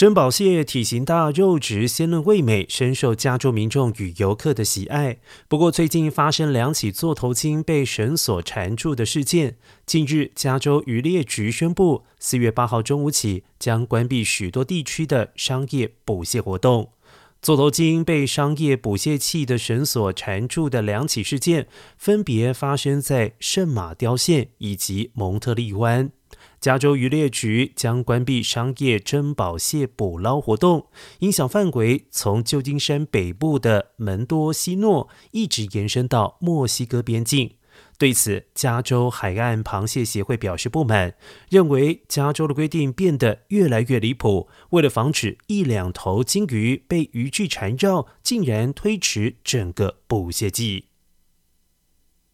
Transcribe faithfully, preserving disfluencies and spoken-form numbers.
珍宝蟹体型大、肉质鲜嫩味美，深受加州民众与游客的喜爱。不过，最近发生两起座头鲸被绳索缠住的事件。近日，加州渔猎局宣布，四月八号中午起将关闭许多地区的商业捕蟹活动。座头鲸被商业捕蟹器的绳索缠住的两起事件，分别发生在圣马刁县以及蒙特利湾。加州渔猎局将关闭商业珍宝蟹捕捞活动，影响范围从旧金山北部的门多西诺一直延伸到墨西哥边境。对此，加州海岸螃蟹协会表示不满，认为加州的规定变得越来越离谱，为了防止一两头鲸鱼被渔具缠绕，竟然推迟整个捕蟹季。